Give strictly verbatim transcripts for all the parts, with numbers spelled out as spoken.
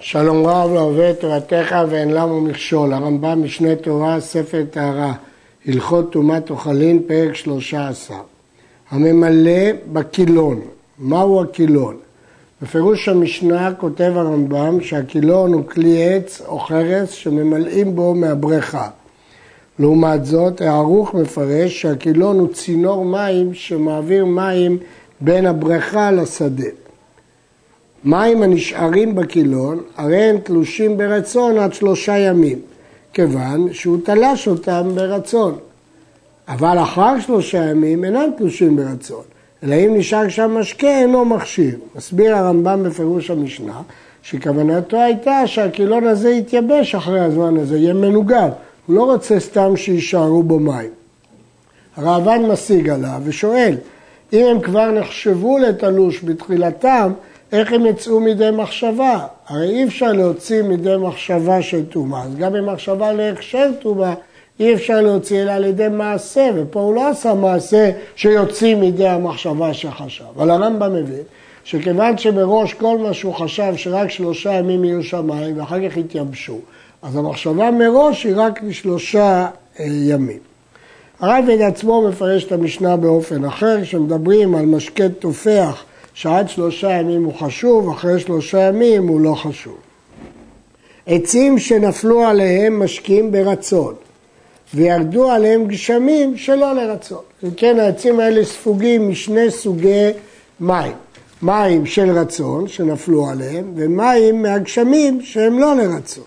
שלום רב לא אוהב את תורתך ואין למו מכשול. הרמב"ם משנה תורה, ספר טהרה, הלכות טומאת אוכלים, פרק שלושה עשר. הממלא בקילון. מהו הקילון? בפירוש המשנה כותב הרמב"ם שהקילון הוא כלי עץ או חרס שממלאים בו מהבריכה. לעומת זאת, הערוך מפרש שהקילון הוא צינור מים שמעביר מים בין הבריכה לשדה. מים הנשארים בקילון, הרי הם תלושים ברצון עד שלושה ימים, כיוון שהוא תלש אותם ברצון. אבל אחר שלושה ימים אינם תלושים ברצון, אלא אם נשאר שם משקה אינו מכשיר. מסביר הרמב"ם בפירוש המשנה, שכוונתו הייתה שהקילון הזה יתייבש אחרי הזמן הזה, יהיה מנוגד. הוא לא רוצה סתם שישארו בו מים. הראב"ן משיג עליו ושואל, אם הם כבר נחשבו לתלוש בתחילתם, איך הם יצאו מידי מחשבה? הרי אי אפשר להוציא מידי מחשבה של טומאה. אז גם במחשבה להכשר טומאה, אי אפשר להוציא אלא על ידי מעשה, ופה הוא לא עשה מעשה שיוציא מידי המחשבה שחשב. אבל הרמב"ם מבין שכיוון שמראש כל מה שהוא חשב שרק שלושה ימים יהיו שמיים ואחר כך יתייבשו, אז המחשבה מראש היא רק לשלושה ימים. הרייבד עצמו מפרש את המשנה באופן אחר, שמדברים על משקה תופח, שעד שלושה ימים הוא חשוב, אחרי שלושה ימים הוא לא חשוב. עצים שנפלו עליהם משקים ברצון, וירדו עליהם גשמים שלא לרצון. וכן העצים האלה ספוגים משני סוגי מים. מים של רצון שנפלו עליהם, ומים מהגשמים שהם לא לרצון.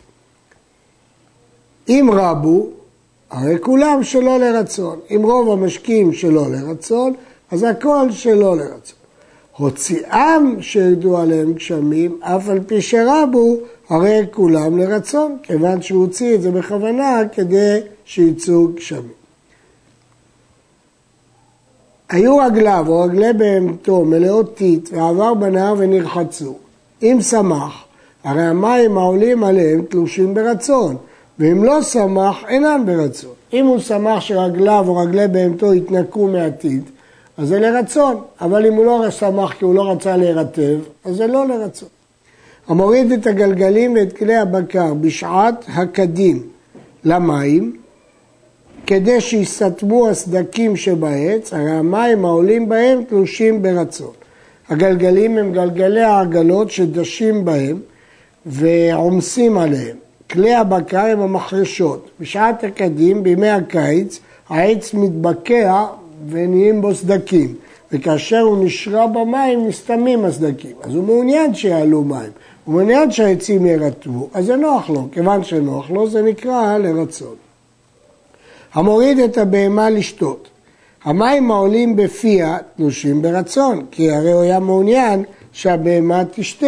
אם רבו, הרי כולם שלא לרצון. אם רוב המשקים שלא לרצון, אז הכל שלא לרצון. הוציאם שירדו עליהם גשמים, אף על פי שרבו, הרי כולם לרצון, כיוון שהוא הוציא את זה בכוונה כדי שיצאו גשמים. היו רגליו או רגלי בהמתו מלאות טיט ועבר בנהר ונרחצו. אם שמח, הרי המים העולים עליהם תלושים ברצון, ואם לא שמח, אינם ברצון. אם הוא שמח שרגליו או רגלי בהמתו התנקו מהטיט, אז זה לרצון, אבל אם הוא לא שמח כי הוא לא רצה להירטב, אז זה לא לרצון. המוריד את הגלגלים ואת כלי הבקר בשעת הקדים למים, כדי שיסתמו הסדקים שבעץ, הרי המים העולים בהם תלושים ברצון. הגלגלים הם גלגלי העגלות שדשים בהם ועומסים עליהם. כלי הבקר הם המחרשות. בשעת הקדים, בימי הקיץ, העץ מתבקע ונהיים בו סדקים, וכאשר הוא נשרה במים נסתמים הסדקים. אז הוא מעוניין שיעלו מים, הוא מעוניין שהעצים ירטבו, אז זה נוח לו, כיוון שנוח לו זה נקרא לרצון. המוריד את הבהמה לשתות. המים העולים בפיה תלושים ברצון, כי הרי הוא היה מעוניין שהבהמה תשתה.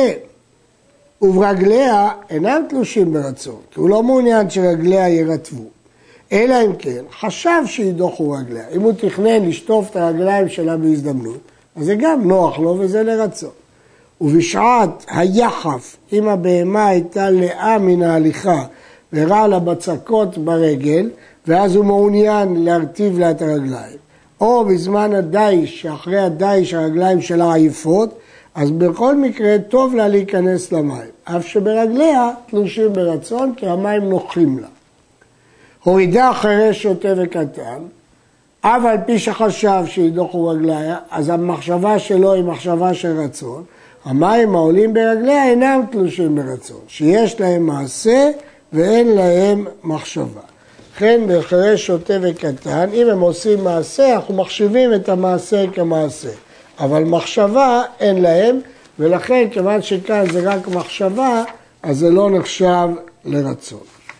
וברגליה אינם תלושים ברצון, כי הוא לא מעוניין שרגליה ירטבו. אלא אם כן, חשב שידוחו רגליה. אם הוא תכנן לשטוף את הרגליים שלה בהזדמנות, אז זה גם נוח לו וזה לרצון. ובשעת היחף, אם הבהמה הייתה לאה מן ההליכה וראה לה בצקות ברגל, ואז הוא מעוניין להרטיב לה את הרגליים. או בזמן הדייש, שאחרי הדייש הרגליים שלה עייפות, אז בכל מקרה טוב לה להיכנס למים. אף שברגליה תלושים ברצון, כי המים נוחים לה. הורידה אחרי שוטה וקטן, אף על פי שחשב שידוחו רגליה, אז המחשבה שלו היא מחשבה של רצון, המים העולים ברגליה אינם תלושים ברצון, שיש להם מעשה ואין להם מחשבה. לכן באחרי שוטה וקטן, אם הם עושים מעשה, אנחנו מחשיבים את המעשה כמעשה, אבל מחשבה אין להם, ולכן כיוון שכאן זה רק מחשבה, אז זה לא נחשב לרצון.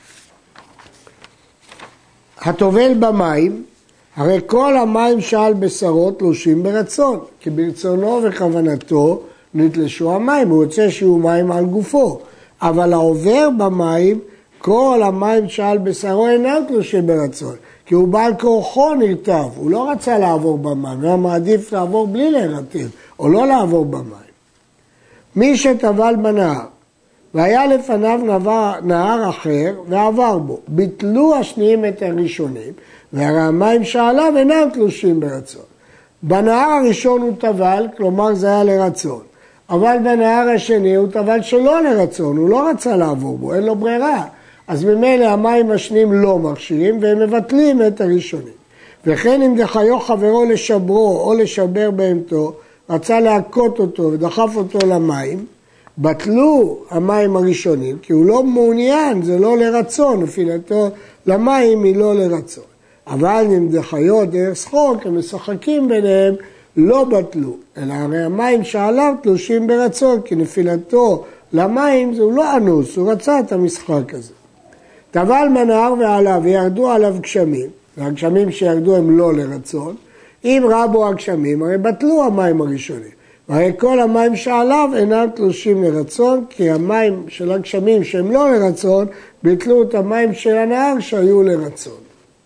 הטובל במים, הרי כל המים שעל בשרו תלושים ברצון, כי ברצונו וכוונתו נתלשו המים, הוא רוצה שיהיו מים על גופו, אבל העובר במים, כל המים שעל בשרו אינם תלושים ברצון, כי הוא בעל כורחו נרטב, הוא לא רצה לעבור במים, הוא מעדיף לעבור בלי להירטב, או לא לעבור במים. מי שטבל בנהר, והיה לפניו נהר אחר ועבר בו. ביטלו השניים את הראשונים, והרי המים שעליו אינם תלושים ברצון. בנהר הראשון הוא טבל, כלומר זה היה לרצון. אבל בנהר השני הוא טבל שלא לרצון, הוא לא רצה לעבור בו, אין לו ברירה. אז ממילא המים השניים לא מכשירים והם מבטלים את הראשונים. וכן אם דחיו חברו לשברו או לשבר בהמתו, רצה להכות אותו ודחף אותו למים, בטלו המים הראשונים, כי הוא לא מעוניין, זה לא לרצון, נפילתו למים היא לא לרצון. אבל אם דחיות דרך שחוק, הם משחקים ביניהם, לא בטלו, אלא הרי המים שעליו תלושים ברצון, כי נפילתו למים זה לא אנוס, הוא רצה את המשחק הזה. טבל מנהר ועליו וירדו עליו גשמים, והגשמים שירדו הם לא לרצון, אם רבו הגשמים, הרי בטלו המים הראשונים. והרי כל המים שעליו אינם תלושים לרצון, כי המים של הגשמים שהם לא לרצון, ביטלו את המים של הנהר שהיו לרצון.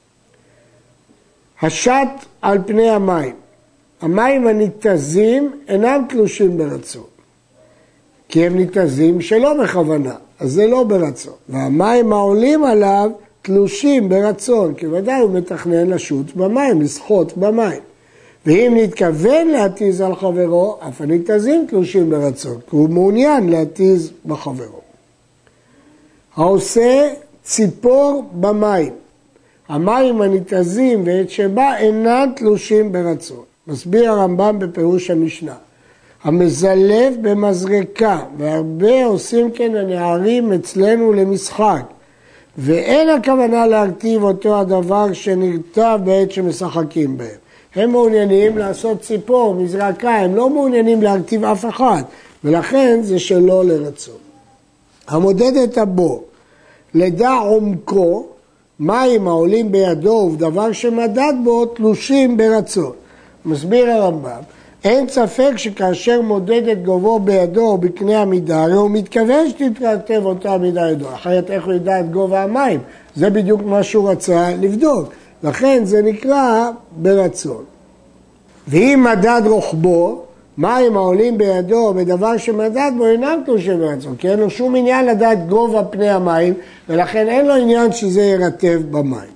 השט על פני המים. המים הניתזים אינם תלושים ברצון, כי הם ניתזים שלא בכוונה, אז זה לא ברצון. והמים העולים עליו תלושים ברצון, כי ודאי הוא מתכנן לשוט במים, לשחות במים. ואם נתכוון להתיז על חברו, אף הניתזים תלושים ברצון, כי הוא מעוניין להתיז בחברו. העושה ציפור במים. המים הניתזים ואת שבה אינם תלושים ברצון. מסביר הרמב"ם בפירוש המשנה. המזלף במזרקה, והרבה עושים כן הנערים אצלנו למשחק, ואין הכוונה להרטיב אותו הדבר שנרטב בעת שמשחקים בהם. הם מעוניינים לעשות ציפור, מזרקה, הם לא מעוניינים להרטיב אף אחד, ולכן זה שלא לרצון. המודד את הבור, לדע עומקו, מים העולים בידו ובדבר שמדד בו תלושים ברצון. מסביר הרמב"ם, אין ספק שכאשר מודד את גובהו בידו או בקנה המידה, הרי הוא מתכוון שתתרטב אותה מידה ידו, אחרת איך הוא ידע את גובה המים? זה בדיוק מה שהוא רצה לבדוק, לכן זה נקרא ברצון. ואם מדד רוחבו, מים העולים בידו או בדבר שמדד בו אינם תלושים ברצון, כי אין לו שום עניין לדעת גובה פני המים, ולכן אין לו עניין שזה ירטב במים.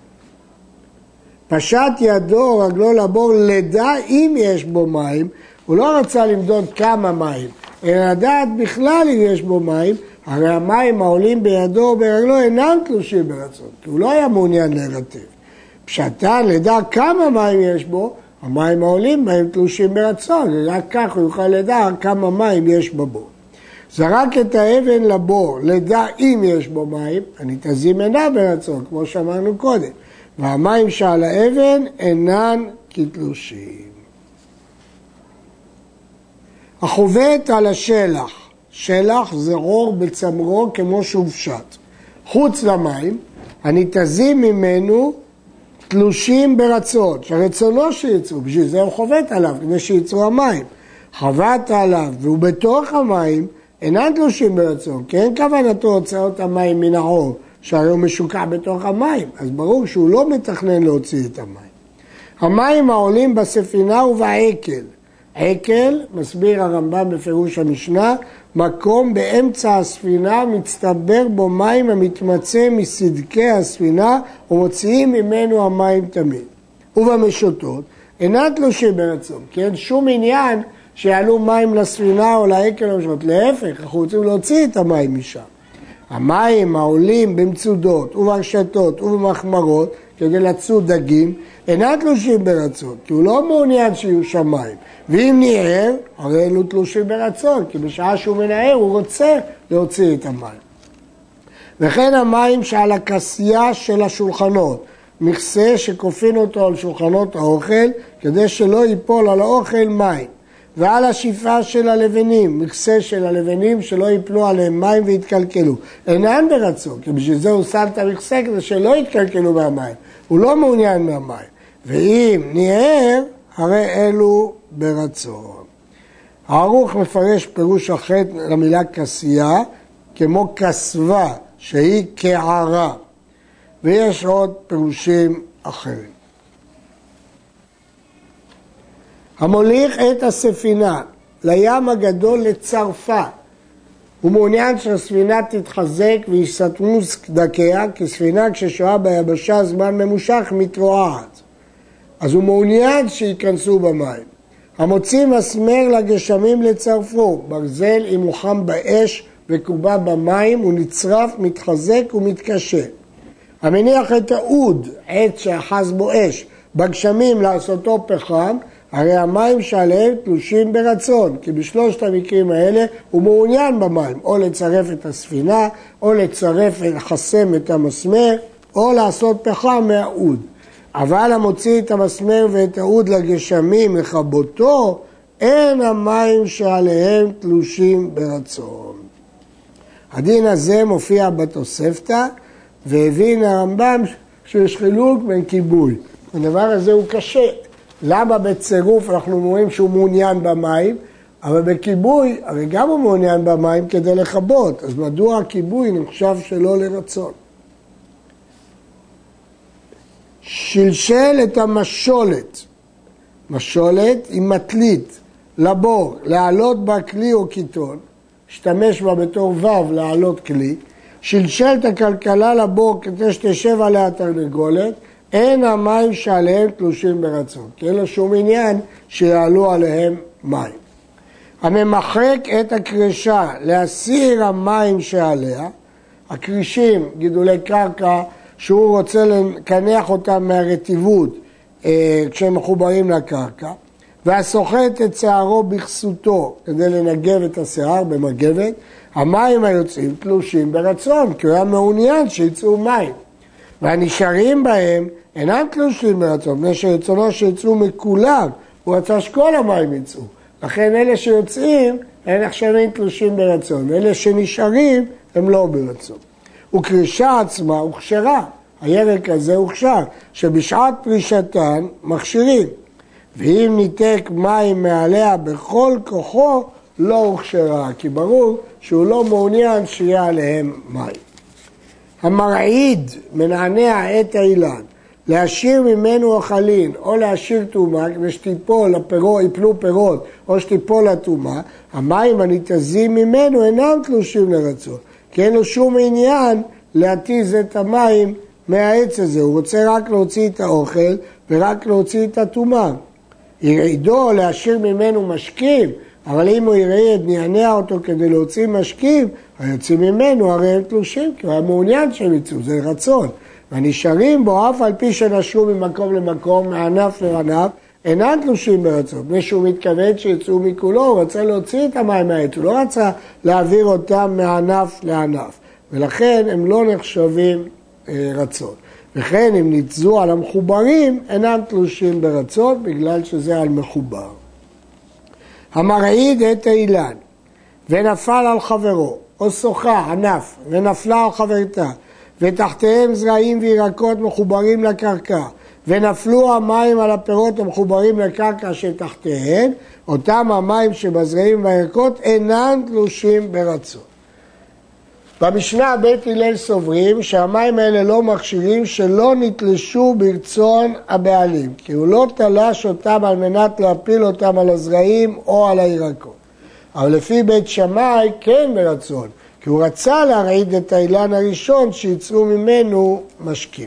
פשט ידו או רגלו לבור לדע אם יש בו מים, הוא לא רצה למדוד כמה מים, אלא לדעת בכלל אם יש בו מים, הרי המים העולים בידו או ברגלו אינם תלושים ברצון, כי הוא לא היה מעוניין לרטב. פשטן לדע כמה מים יש בו, המים העולים בהם תלושים ברצון, רק כך הוא יוכל לדע כמה מים יש בבור. זרק את האבן לבור, לדע אם יש בו מים, הניתזים אינם ברצון, כמו שאמרנו קודם. והמים שעל האבן אינן כתלושים. החובט על השלח, שלח זה רור בצמרו כמו שהופשט. חוץ למים, הניתזים ממנו תלושים ברצון, שרצונו שיצאו, בשביל זה הוא חובט עליו, כדי שיצאו המים. חבט עליו והוא בתוך המים, אינן תלושים ברצון, כי אין כוונתו הוצאות המים מן העור, שהרי הוא משוקע בתוך המים, אז ברור שהוא לא מתכנן להוציא את המים. המים העולים בספינה ובעקל. עקל, מסביר הרמב"ם בפירוש המשנה, מקום באמצע הספינה מצטבר בו מים המתמצא מסדקי הספינה ומוציאים ממנו המים תמיד. ובמשוטות אינן תלושים ברצון, כי אין שום עניין שיעלו מים לספינה או לעקל או משוט. להפך, אנחנו רוצים להוציא את המים משם. המים העולים במצודות וברשתות ובמחמרות כדי לצוד דגים אינם תלושים ברצון, כי הוא לא מעוניין שיהיו שם מים. ואם ניער, הרי אלו תלושים ברצון, כי בשעה שהוא מנער הוא רוצה להוציא את המים. וכן המים שעל הכסייה של השולחנות, מכסה שכופין אותו על שולחנות האוכל, כדי שלא ייפול על האוכל מים. ועל השיפה של הלבנים, מכסה של הלבנים שלא ייפלו עליהם מים והתקלקלו. אינם ברצון, כי בשביל זה הוא שם את המכסה כדי שלא יתקלקלו מהמים. הוא לא מעוניין מהמים. ואם ניער, הרי אלו ברצון. הערוך מפרש פירוש אחר למילה כסייה, כמו כסבה, שהיא כערה. ויש עוד פירושים אחרים. המוליך את הספינה לים הגדול לצרפה, הוא מעוניין שהספינה תתחזק ויסתמו סדקיה, כי ספינה כששוהה ביבשה זמן ממושך מתרועעת. אז הוא מעוניין שיכנסו במים. המוציא מסמר לגשמים לצרפו, ברזל אם הוא חם באש וקובה במים, הוא נצרף, מתחזק ומתקשה. המניח את האוד, עץ שאחז בו אש, בגשמים לעשותו פחם, הרי המים שעליהם תלושים ברצון, כי בשלושת המקרים האלה הוא מעוניין במים, או לצרף את הספינה, או לצרף, לחסם את המסמר, או לעשות פחם מהאוד. אבל המוציא את המסמר ואת האוד לגשמים לכבותו, אין המים שעליהם תלושים ברצון. הדין הזה מופיע בתוספתא, והבין הרמב"ם שיש חילוק בין כיבוי. הדבר הזה הוא קשה. למה בצירוף אנחנו רואים שהוא מעוניין במים, אבל בכיבוי, הרי גם הוא מעוניין במים כדי לכבות, אז מדוע הכיבוי נחשב שלא לרצון? שלשל את המשולת, משולת היא מטלית, לבור, להעלות בה כלי או קיטון, השתמש בה בתור וו להעלות כלי, שלשל את הכלכלה לבור כדי שתשב עליה תרנגולת, אין המים שעליהם תלושים ברצון, כי אין לו שום עניין שיעלו עליהם מים. הממחק את הקרישה להסיר המים שעליה, הקרישים, גידולי קרקע, שהוא רוצה לקנח אותם מהרטיבות אה, כשהם מחוברים לקרקע, והסוחט את שערו בכסותו כדי לנגב את השיער במגבת, המים היוצאים תלושים ברצון, כי הוא היה מעוניין שיצאו מים. והנשארים בהם אינם תלושים ברצון, מפני שרצונו שיצאו מכולם, הוא רצה שכל המים יצאו. לכן אלה שיוצאים, הם נחשבים תלושים ברצון, ואלה שנשארים, הם לא ברצון. וקרישה עצמה הוכשרה, הירק הזה הוכשר, שבשעת פרישתן מכשירים. ואם ניתק מים מעליה בכל כוחו, לא הוכשרה, כי ברור שהוא לא מעוניין שיהיה עליהם מים. המרעיד מנענע את האילן, להשאיר ממנו אכלין או להשאיר טומאה, כדי שתיפול הפירות, יפלו פירות או שתיפול הטומאה, המים הניתזים ממנו אינם תלושים לרצון, כי אין לו שום עניין להתיז את המים מהעץ הזה, הוא רוצה רק להוציא את האוכל ורק להוציא את הטומאה. ירעידו להשאיר ממנו משקים, אבל אם הוא ירעיד, נענע אותו כדי להוציא משקים, היוצאים ממנו הרי הם תלושים, כי הוא היה מעוניין שהם יצאו, זה רצון. והנשארים בו, אף על פי שנשרו ממקום למקום, מענף לענף, אינם תלושים ברצון. מפני שהוא מתכוון שיצאו מכולו, הוא רצה להוציא את המים מהעץ, הוא לא רצה להעביר אותם מענף לענף. ולכן הם לא נחשבים אה, רצון. וכן אם ניתזו על המחוברים, אינם תלושים ברצון, בגלל שזה על מחובר. המרעיד את האילן, ונפל על חברו, או שוחה, ענף, ונפלה על חברתה, ותחתיהם זרעים וירקות מחוברים לקרקע, ונפלו המים על הפירות המחוברים לקרקע שתחתיהם, אותם המים שבזרעים והירקות אינם תלושים ברצון. במשנה בית הלל סוברים שהמים האלה לא מכשירים שלא נתלשו ברצון הבעלים, כי הוא לא תלש אותם על מנת להפיל אותם על הזרעים או על הירקות. אבל לפי בית שמאי כן ברצון, כי הוא רצה להרעיד את האילן הראשון שיצאו ממנו משקים.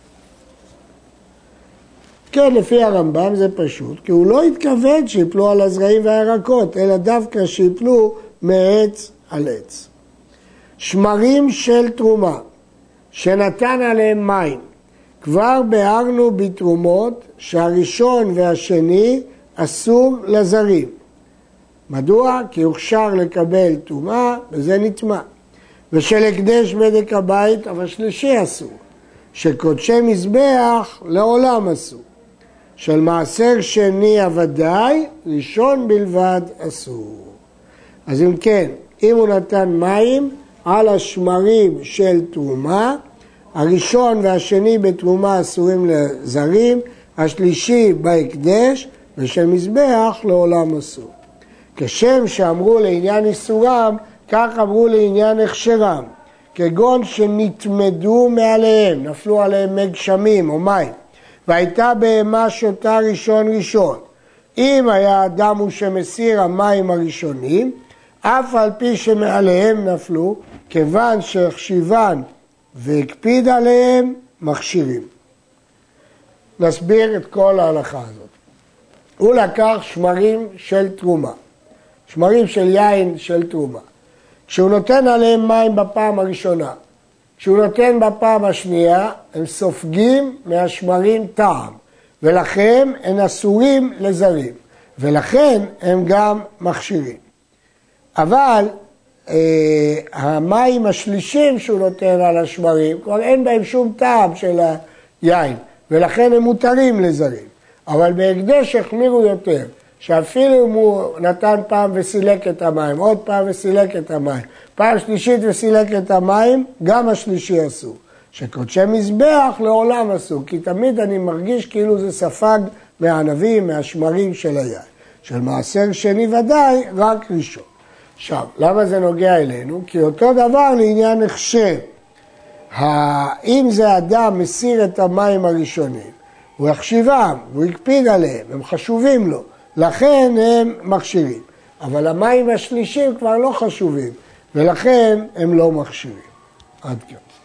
כן, לפי הרמב"ם זה פשוט, כי הוא לא התכוון שיפלו על הזרעים והירקות, אלא דווקא שיפלו מעץ על עץ. שמרים של תרומה, שנתן עליהם מים, כבר ביארנו בתרומות שהראשון והשני אסור לזרים. מדוע? כי הוכשר לקבל תרומה וזה נטמע. ושל הקדש בדק הבית, אבל שלישי אסור. שקודשי מזבח לעולם אסור. של מעשר שני הוודאי, ראשון בלבד אסור. אז אם כן, אם הוא נתן מים על השמרים של תרומה, הראשון והשני בתרומה אסורים לזרים, השלישי בהקדש, ושל מזבח לעולם אסור. כשם שאמרו לעניין איסורם, כך אמרו לעניין הכשרם, כגון שנתמדו מעליהם, נפלו עליהם מי גשמים או מים, והייתה בהמה שותה ראשון ראשון. אם היה אדם הוא שמסיר המים הראשונים, אף על פי שמעליהם נפלו, כיוון שהחשיבן והקפיד עליהם, מכשירים. נסביר את כל ההלכה הזאת. הוא לקח שמרים של תרומה, שמרים של יין של תרומה. כשהוא נותן עליהם מים בפעם הראשונה, כשהוא נותן בפעם השנייה, הם סופגים מהשמרים טעם, ולכן הם אסורים לזרים, ולכן הם גם מכשירים. אבל אה, המים השלישים שהוא נותן על השמרים, כבר אין בהם שום טעם של היין, ולכן הם מותרים לזרים. אבל בהקדש החמירו יותר, שאפילו אם הוא נתן פעם וסילק את המים, עוד פעם וסילק את המים, פעם שלישית וסילק את המים, גם השלישי אסור. שקודשי מזבח לעולם אסור, כי תמיד אני מרגיש כאילו זה ספג מהענבים, מהשמרים של היין. של מעשר שני ודאי, רק ראשון. עכשיו, למה זה נוגע אלינו? כי אותו דבר לעניין הכשר. אם זה אדם מסיר את המים הראשונים, הוא יחשיבם, הוא יקפיד עליהם, הם חשובים לו, לכן הם מכשירים. אבל המים השלישים כבר לא חשובים, ולכן הם לא מכשירים. עד כאן.